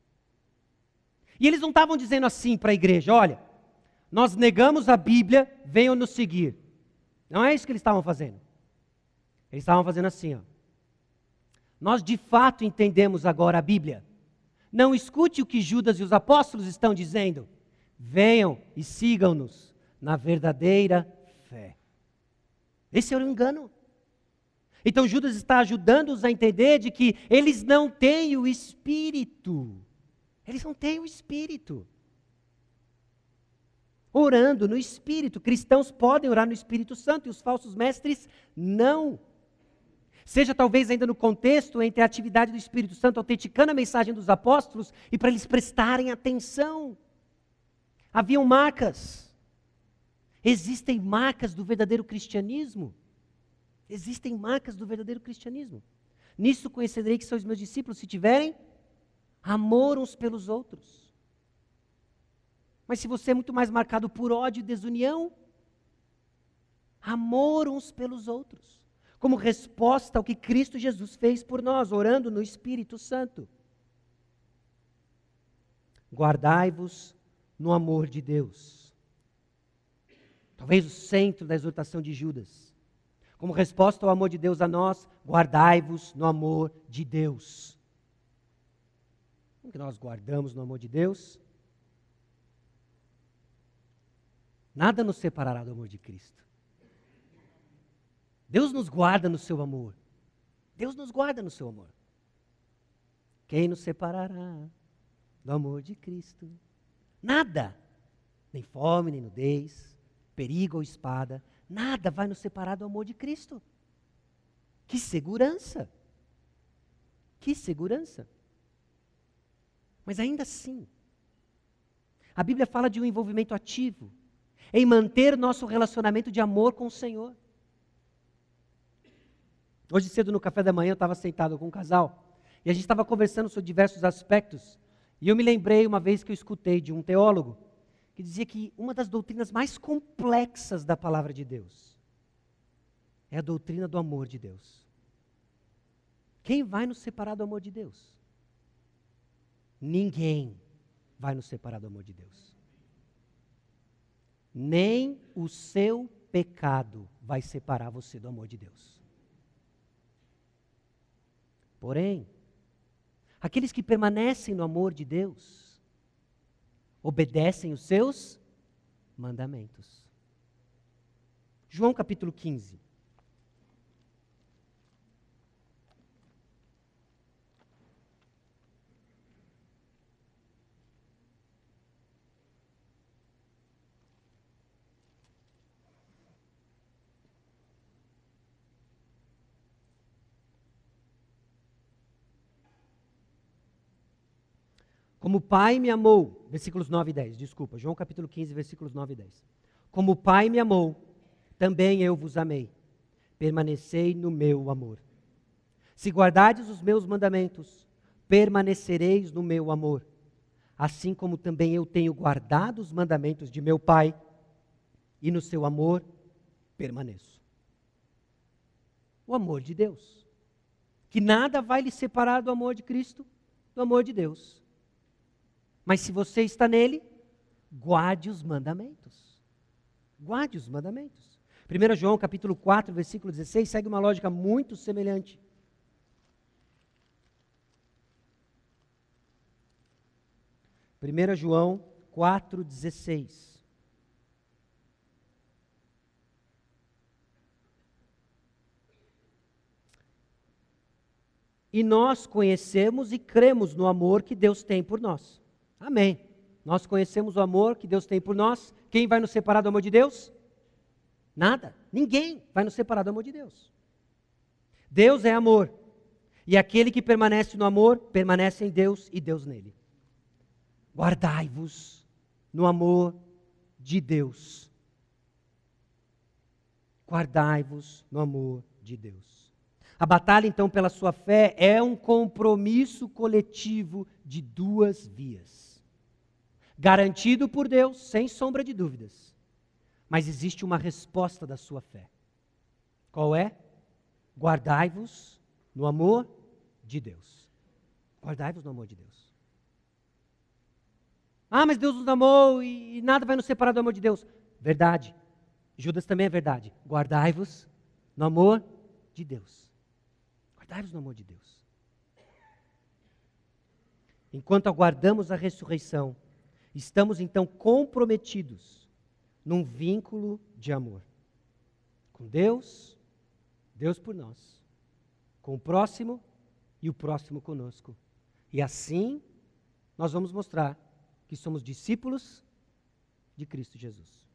E eles não estavam dizendo assim para a igreja, olha, nós negamos a Bíblia, venham nos seguir. Não é isso que eles estavam fazendo. Eles estavam fazendo assim, ó. Nós de fato entendemos agora a Bíblia. Não escute o que Judas e os apóstolos estão dizendo. Venham e sigam-nos na verdadeira fé. Esse é o engano. Então Judas está ajudando-os a entender de que eles não têm o Espírito. Eles não têm o Espírito. Orando no Espírito. Cristãos podem orar no Espírito Santo e os falsos mestres não. Seja talvez ainda no contexto entre a atividade do Espírito Santo autenticando a mensagem dos apóstolos e para eles prestarem atenção. Haviam marcas. Existem marcas do verdadeiro cristianismo. Existem marcas do verdadeiro cristianismo. Nisso conhecerei que são os meus discípulos se tiverem amor uns pelos outros. Mas se você é muito mais marcado por ódio e desunião, amor uns pelos outros. Como resposta ao que Cristo Jesus fez por nós, orando no Espírito Santo. Guardai-vos no amor de Deus. Talvez o centro da exortação de Judas. Como resposta ao amor de Deus a nós, guardai-vos no amor de Deus. Como que nós guardamos no amor de Deus? Nada nos separará do amor de Cristo. Deus nos guarda no seu amor. Deus nos guarda no seu amor. Quem nos separará do amor de Cristo? Nada. Nem fome, nem nudez, perigo ou espada. Nada vai nos separar do amor de Cristo. Que segurança! Que segurança! Mas ainda assim, a Bíblia fala de um envolvimento ativo em manter nosso relacionamento de amor com o Senhor. Hoje cedo no café da manhã eu estava sentado com um casal e a gente estava conversando sobre diversos aspectos e eu me lembrei uma vez que eu escutei de um teólogo que dizia que uma das doutrinas mais complexas da palavra de Deus é a doutrina do amor de Deus. Quem vai nos separar do amor de Deus? Ninguém vai nos separar do amor de Deus. Nem o seu pecado vai separar você do amor de Deus. Porém, aqueles que permanecem no amor de Deus, obedecem os seus mandamentos. João capítulo 15. Como o Pai me amou, versículos 9 e 10, desculpa, João capítulo 15, versículos 9 e 10. Como o Pai me amou, também eu vos amei. Permanecei no meu amor. Se guardardes os meus mandamentos, permanecereis no meu amor. Assim como também eu tenho guardado os mandamentos de meu Pai, e no seu amor permaneço. O amor de Deus. Que nada vai lhe separar do amor de Cristo, do amor de Deus. Mas se você está nele, guarde os mandamentos. Guarde os mandamentos. 1 João capítulo 4, versículo 16, segue uma lógica muito semelhante. João 4,16. E nós conhecemos e cremos no amor que Deus tem por nós. Amém. Nós conhecemos o amor que Deus tem por nós. Quem vai nos separar do amor de Deus? Nada. Ninguém vai nos separar do amor de Deus. Deus é amor. E aquele que permanece no amor, permanece em Deus e Deus nele. Guardai-vos no amor de Deus. Guardai-vos no amor de Deus. A batalha, então, pela sua fé é um compromisso coletivo de duas vias. Garantido por Deus, sem sombra de dúvidas. Mas existe uma resposta da sua fé. Qual é? Guardai-vos no amor de Deus. Guardai-vos no amor de Deus. Ah, mas Deus nos amou e nada vai nos separar do amor de Deus. Verdade. Judas também é verdade. Guardai-vos no amor de Deus. Guardai-vos no amor de Deus. Enquanto aguardamos a ressurreição, estamos então comprometidos num vínculo de amor. Com Deus, Deus por nós. Com o próximo e o próximo conosco. E assim, nós vamos mostrar que somos discípulos de Cristo Jesus.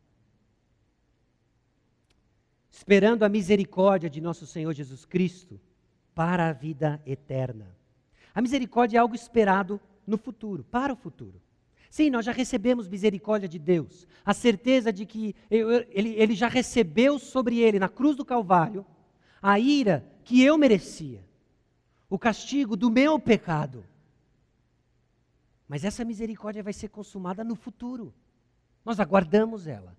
Esperando a misericórdia de nosso Senhor Jesus Cristo para a vida eterna. A misericórdia é algo esperado no futuro, para o futuro. Sim, nós já recebemos misericórdia de Deus. A certeza de que Ele já recebeu sobre Ele, na cruz do Calvário, a ira que eu merecia. O castigo do meu pecado. Mas essa misericórdia vai ser consumada no futuro. Nós aguardamos ela.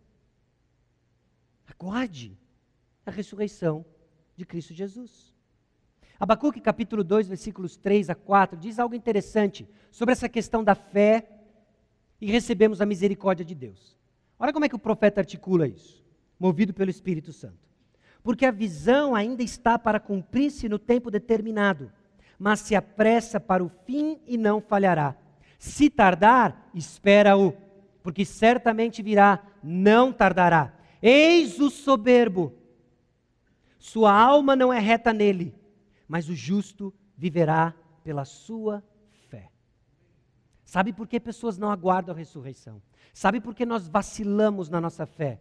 Aguarde a ressurreição de Cristo Jesus. Abacuque capítulo 2, versículos 3 a 4, diz algo interessante sobre essa questão da fé e recebemos a misericórdia de Deus. Olha como é que o profeta articula isso, movido pelo Espírito Santo. Porque a visão ainda está para cumprir-se no tempo determinado, mas se apressa para o fim e não falhará. Se tardar, espera-o, porque certamente virá, não tardará. Eis o soberbo, sua alma não é reta nele, mas o justo viverá pela sua fé. Sabe por que pessoas não aguardam a ressurreição? Sabe por que nós vacilamos na nossa fé?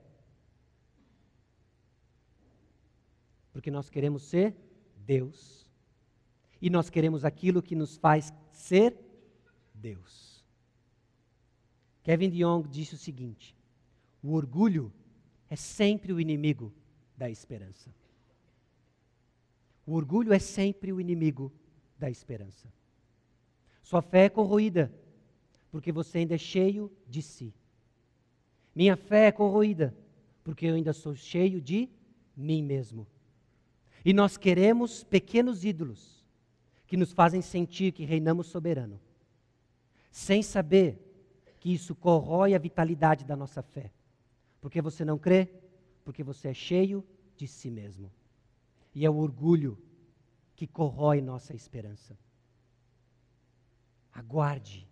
Porque nós queremos ser Deus. E nós queremos aquilo que nos faz ser Deus. Kevin DeYoung disse o seguinte: o orgulho é sempre o inimigo da esperança. O orgulho é sempre o inimigo da esperança. Sua fé é corroída, porque você ainda é cheio de si. Minha fé é corroída, porque eu ainda sou cheio de mim mesmo. E nós queremos pequenos ídolos, que nos fazem sentir que reinamos soberano, sem saber que isso corrói a vitalidade da nossa fé. Porque você não crê? Porque você é cheio de si mesmo. E é o orgulho que corrói nossa esperança. Aguarde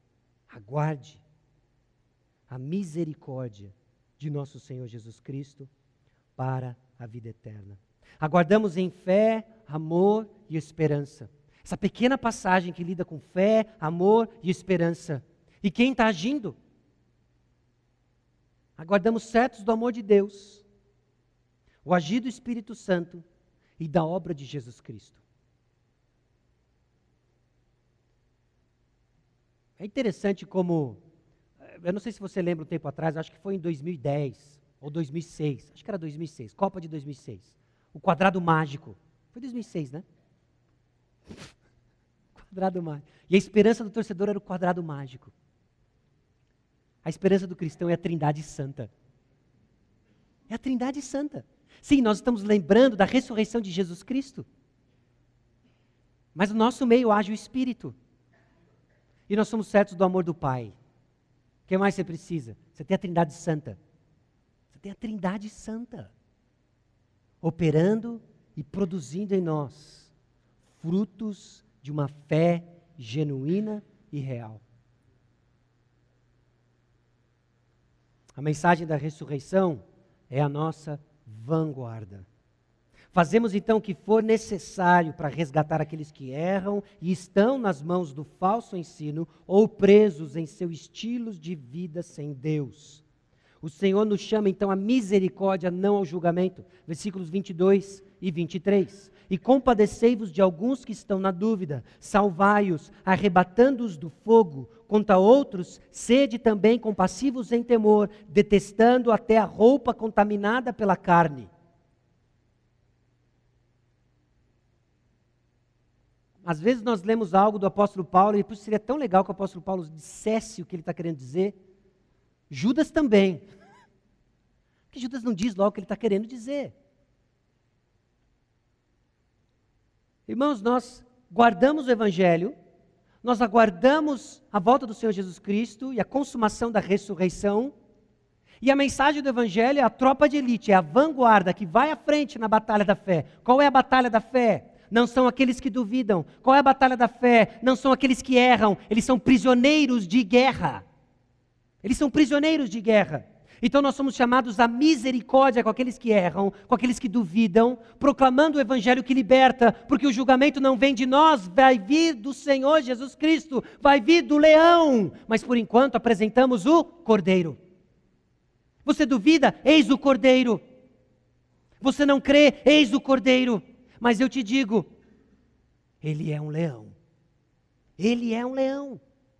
a misericórdia de nosso Senhor Jesus Cristo para a vida eterna. Aguardamos em fé, amor e esperança. Essa pequena passagem que lida com fé, amor e esperança. E quem está agindo? Aguardamos certos do amor de Deus, o agir do Espírito Santo e da obra de Jesus Cristo. É interessante como, eu não sei se você lembra um tempo atrás, acho que foi em 2010 ou 2006, acho que era 2006, Copa de 2006, o quadrado mágico. Foi 2006, né? Quadrado mágico. E a esperança do torcedor era o quadrado mágico. A esperança do cristão é a Trindade Santa. É a Trindade Santa. Sim, nós estamos lembrando da ressurreição de Jesus Cristo. Mas no nosso meio age o Espírito. E nós somos certos do amor do Pai. O que mais você precisa? Você tem a Trindade Santa. Você tem a Trindade Santa. Operando e produzindo em nós frutos de uma fé genuína e real. A mensagem da ressurreição é a nossa vanguarda. Fazemos então o que for necessário para resgatar aqueles que erram e estão nas mãos do falso ensino ou presos em seus estilos de vida sem Deus. O Senhor nos chama então à misericórdia, não ao julgamento. Versículos 22 e 23. E compadecei-vos de alguns que estão na dúvida, salvai-os, arrebatando-os do fogo. Quanto a outros, sede também compassivos em temor, detestando até a roupa contaminada pela carne. Às vezes nós lemos algo do apóstolo Paulo, e por isso seria tão legal que o apóstolo Paulo dissesse o que ele está querendo dizer. Judas também. Porque Judas não diz logo o que ele está querendo dizer. Irmãos, nós guardamos o Evangelho, nós aguardamos a volta do Senhor Jesus Cristo e a consumação da ressurreição, e a mensagem do Evangelho é a tropa de elite, é a vanguarda que vai à frente na batalha da fé. Qual é a batalha da fé? Não são aqueles que duvidam. Qual é a batalha da fé? Não são aqueles que erram, eles são prisioneiros de guerra. Eles são prisioneiros de guerra. Então nós somos chamados à misericórdia com aqueles que erram, com aqueles que duvidam, proclamando o evangelho que liberta, porque o julgamento não vem de nós, vai vir do Senhor Jesus Cristo, vai vir do leão, mas por enquanto apresentamos o Cordeiro. Você duvida? Eis o Cordeiro. Você não crê? Eis o Cordeiro. Mas eu te digo, ele é um leão. Ele é um leão.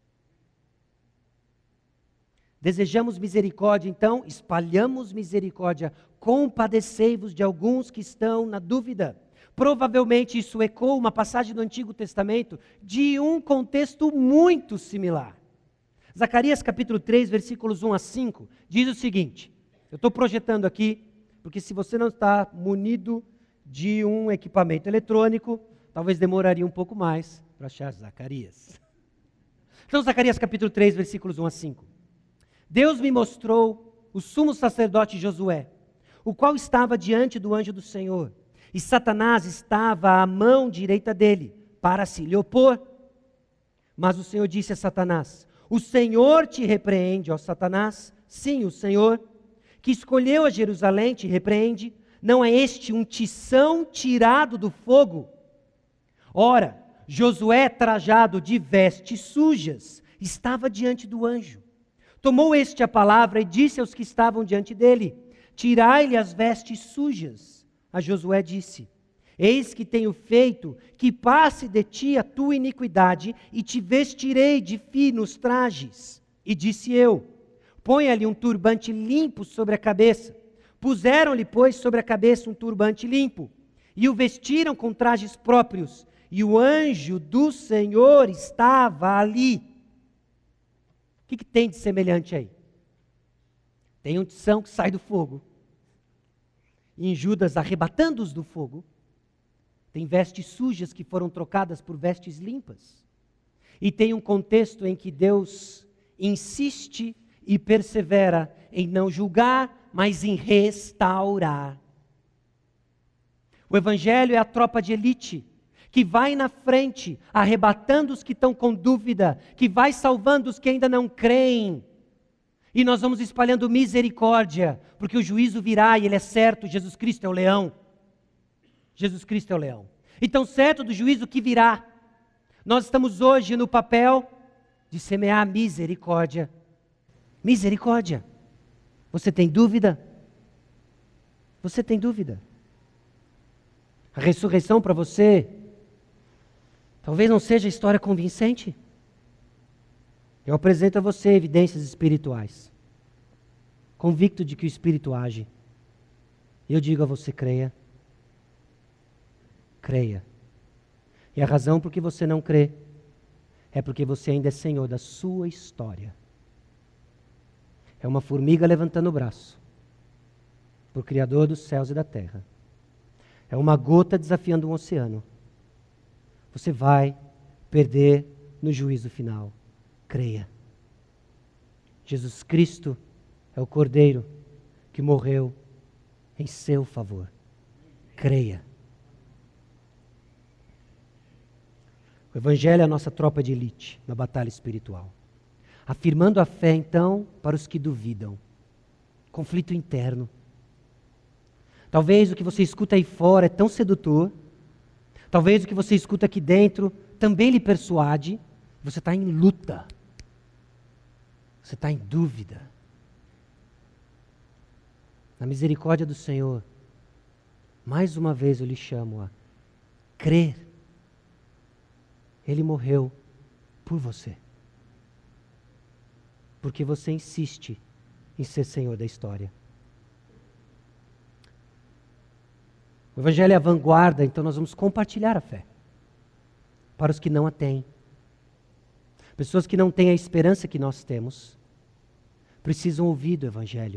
Desejamos misericórdia, então espalhamos misericórdia. Compadecei-vos de alguns que estão na dúvida. Provavelmente isso ecoa uma passagem do Antigo Testamento de um contexto muito similar. Zacarias capítulo 3, versículos 1 a 5, diz o seguinte. Eu estou projetando aqui, porque se você não está munido de um equipamento eletrônico, talvez demoraria um pouco mais para achar Zacarias. Então Zacarias capítulo 3, versículos 1 a 5. Deus me mostrou o sumo sacerdote Josué, o qual estava diante do anjo do Senhor, e Satanás estava à mão direita dele, para se lhe opor. Mas o Senhor disse a Satanás: o Senhor te repreende, ó Satanás, sim, o Senhor, que escolheu a Jerusalém te repreende, não é este um tição tirado do fogo? Ora, Josué, trajado de vestes sujas, estava diante do anjo. Tomou este a palavra e disse aos que estavam diante dele: tirai-lhe as vestes sujas. A Josué disse: eis que tenho feito que passe de ti a tua iniquidade, e te vestirei de finos trajes. E disse eu: ponha-lhe um turbante limpo sobre a cabeça. Puseram-lhe, pois, sobre a cabeça um turbante limpo, e o vestiram com trajes próprios, e o anjo do Senhor estava ali. O que tem de semelhante aí? Tem um tição que sai do fogo, e em Judas arrebatando-os do fogo, tem vestes sujas que foram trocadas por vestes limpas. E tem um contexto em que Deus insiste e persevera em não julgar, mas em restaurar. O Evangelho é a tropa de elite, que vai na frente, arrebatando os que estão com dúvida, que vai salvando os que ainda não creem. E nós vamos espalhando misericórdia, porque o juízo virá e ele é certo, Jesus Cristo é o leão. Jesus Cristo é o leão. Então, certo do juízo que virá, nós estamos hoje no papel de semear misericórdia. Misericórdia. Você tem dúvida? Você tem dúvida? A ressurreição para você talvez não seja história convincente. Eu apresento a você evidências espirituais, convicto de que o Espírito age. E eu digo a você: creia. Creia. E a razão por que você não crê é porque você ainda é senhor da sua história. É uma formiga levantando o braço para o Criador dos céus e da terra. É uma gota desafiando um oceano. Você vai perder no juízo final. Creia. Jesus Cristo é o Cordeiro que morreu em seu favor. Creia. O Evangelho é a nossa tropa de elite na batalha espiritual. Afirmando a fé, então, para os que duvidam. Conflito interno. Talvez o que você escuta aí fora é tão sedutor. Talvez o que você escuta aqui dentro também lhe persuade. Você está em luta. Você está em dúvida. Na misericórdia do Senhor, mais uma vez eu lhe chamo a crer. Ele morreu por você. Porque você insiste em ser senhor da história. O Evangelho é a vanguarda, então nós vamos compartilhar a fé para os que não a têm. Pessoas que não têm a esperança que nós temos, precisam ouvir do Evangelho.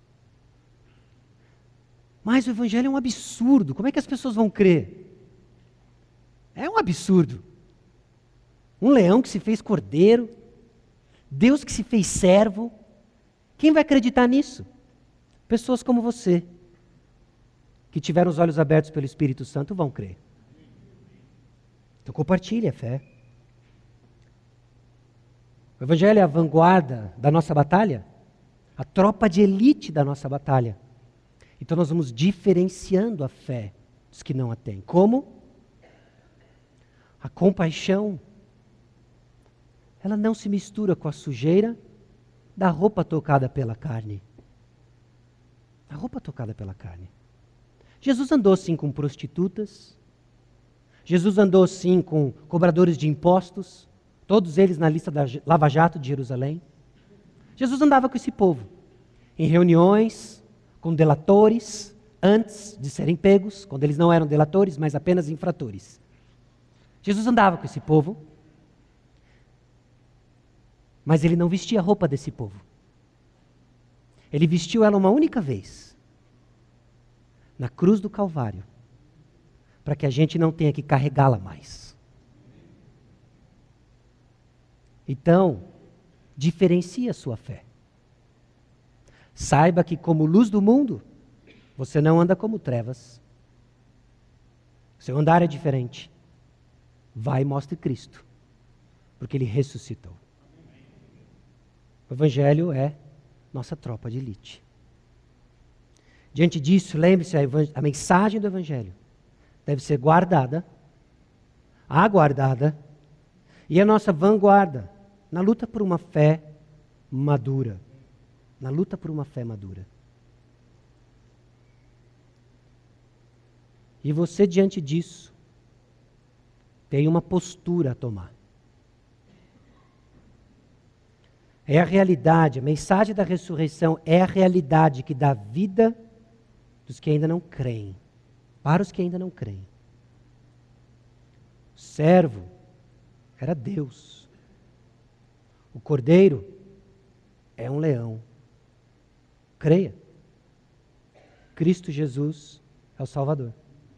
Mas o Evangelho é um absurdo. Como é que as pessoas vão crer? É um absurdo. Um leão que se fez cordeiro, Deus que se fez servo. Quem vai acreditar nisso? Pessoas como você, que tiveram os olhos abertos pelo Espírito Santo, vão crer. Então compartilhe a fé. O Evangelho é a vanguarda da nossa batalha? a tropa de elite da nossa batalha. Então nós vamos diferenciando a fé dos que não a têm. Como? A compaixão, ela não se mistura com a sujeira da roupa tocada pela carne. A roupa tocada pela carne. Jesus andou sim com prostitutas. Jesus andou sim com cobradores de impostos. Todos eles na lista da Lava Jato de Jerusalém. Jesus andava com esse povo. Em reuniões, com delatores, antes de serem pegos, quando eles não eram delatores, mas apenas infratores. Jesus andava com esse povo, mas ele não vestia a roupa desse povo. Ele vestiu ela uma única vez, na cruz do Calvário, para que a gente não tenha que carregá-la mais. Então, diferencie a sua fé. Saiba que como luz do mundo, você não anda como trevas. Seu andar é diferente. Vai e mostre Cristo, porque Ele ressuscitou. O Evangelho é nossa tropa de elite. Diante disso, lembre-se, a mensagem do Evangelho deve ser guardada, aguardada, e a nossa vanguarda na luta por uma fé madura. Na luta por uma fé madura. E você, diante disso, tem uma postura a tomar. É a realidade, a mensagem da ressurreição é a realidade que dá vida dos que ainda não creem, para os que ainda não creem. O servo era Deus. O cordeiro é um leão. Creia. Cristo Jesus é o Salvador.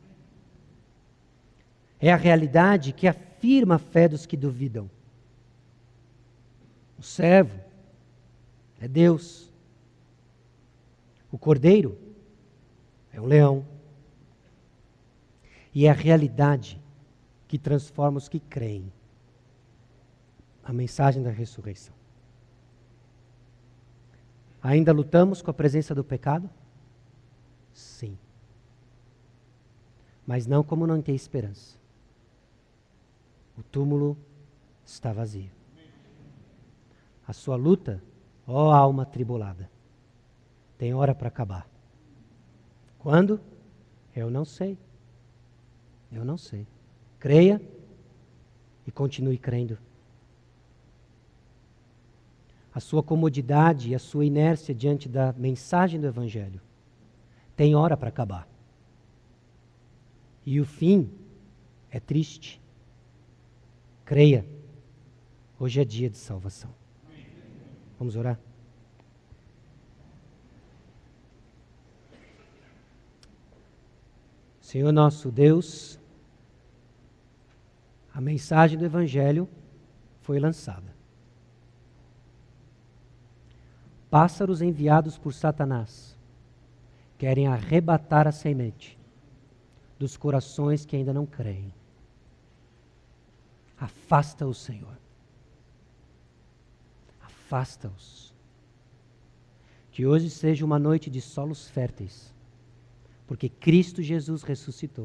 É a realidade que afirma a fé dos que duvidam. O servo é Deus. O cordeiro é um leão. E é a realidade que transforma os que creem. A mensagem da ressurreição. Ainda lutamos com a presença do pecado? Sim. Mas não como não ter esperança. O túmulo está vazio. A sua luta, ó alma tribulada, tem hora para acabar. Quando? Eu não sei. Eu não sei. Creia e continue crendo. A sua comodidade e a sua inércia diante da mensagem do Evangelho tem hora para acabar. E o fim é triste. Creia, hoje é dia de salvação. Vamos orar? Senhor nosso Deus, a mensagem do Evangelho foi lançada. Pássaros enviados por Satanás querem arrebatar a semente dos corações que ainda não creem. Afasta-os, Senhor. Afasta-os. Que hoje seja uma noite de solos férteis, porque Cristo Jesus ressuscitou.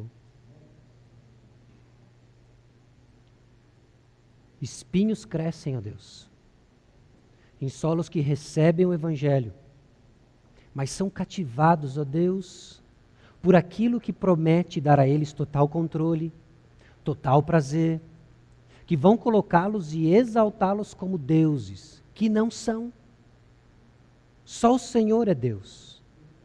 Espinhos crescem, ó Deus, em solos que recebem o Evangelho, mas são cativados, ó Deus, por aquilo que promete dar a eles total controle, total prazer, que vão colocá-los e exaltá-los como deuses, que não são. Só o Senhor é Deus.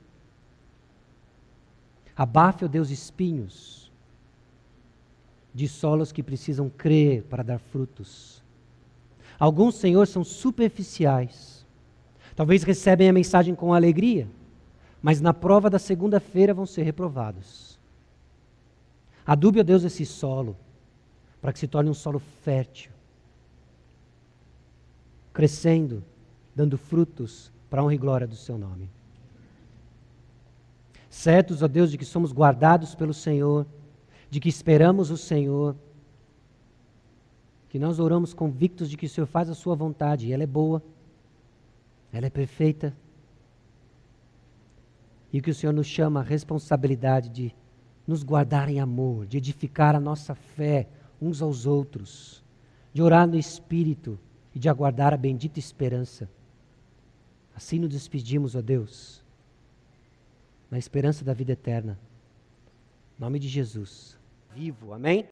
Abafe, ó Deus, espinhos de solos que precisam crer para dar frutos. Alguns, Senhor, são superficiais. Talvez recebem a mensagem com alegria, mas na prova da segunda-feira vão ser reprovados. Adube, ó Deus, esse solo, para que se torne um solo fértil, crescendo, dando frutos para a honra e glória do Seu nome. Certos, ó Deus, de que somos guardados pelo Senhor, de que esperamos o Senhor, que nós oramos convictos de que o Senhor faz a Sua vontade, e ela é boa, ela é perfeita, e que o Senhor nos chama à responsabilidade de nos guardar em amor, de edificar a nossa fé uns aos outros, de orar no Espírito e de aguardar a bendita esperança. Assim nos despedimos, ó Deus, na esperança da vida eterna. Em nome de Jesus. Vivo, amém?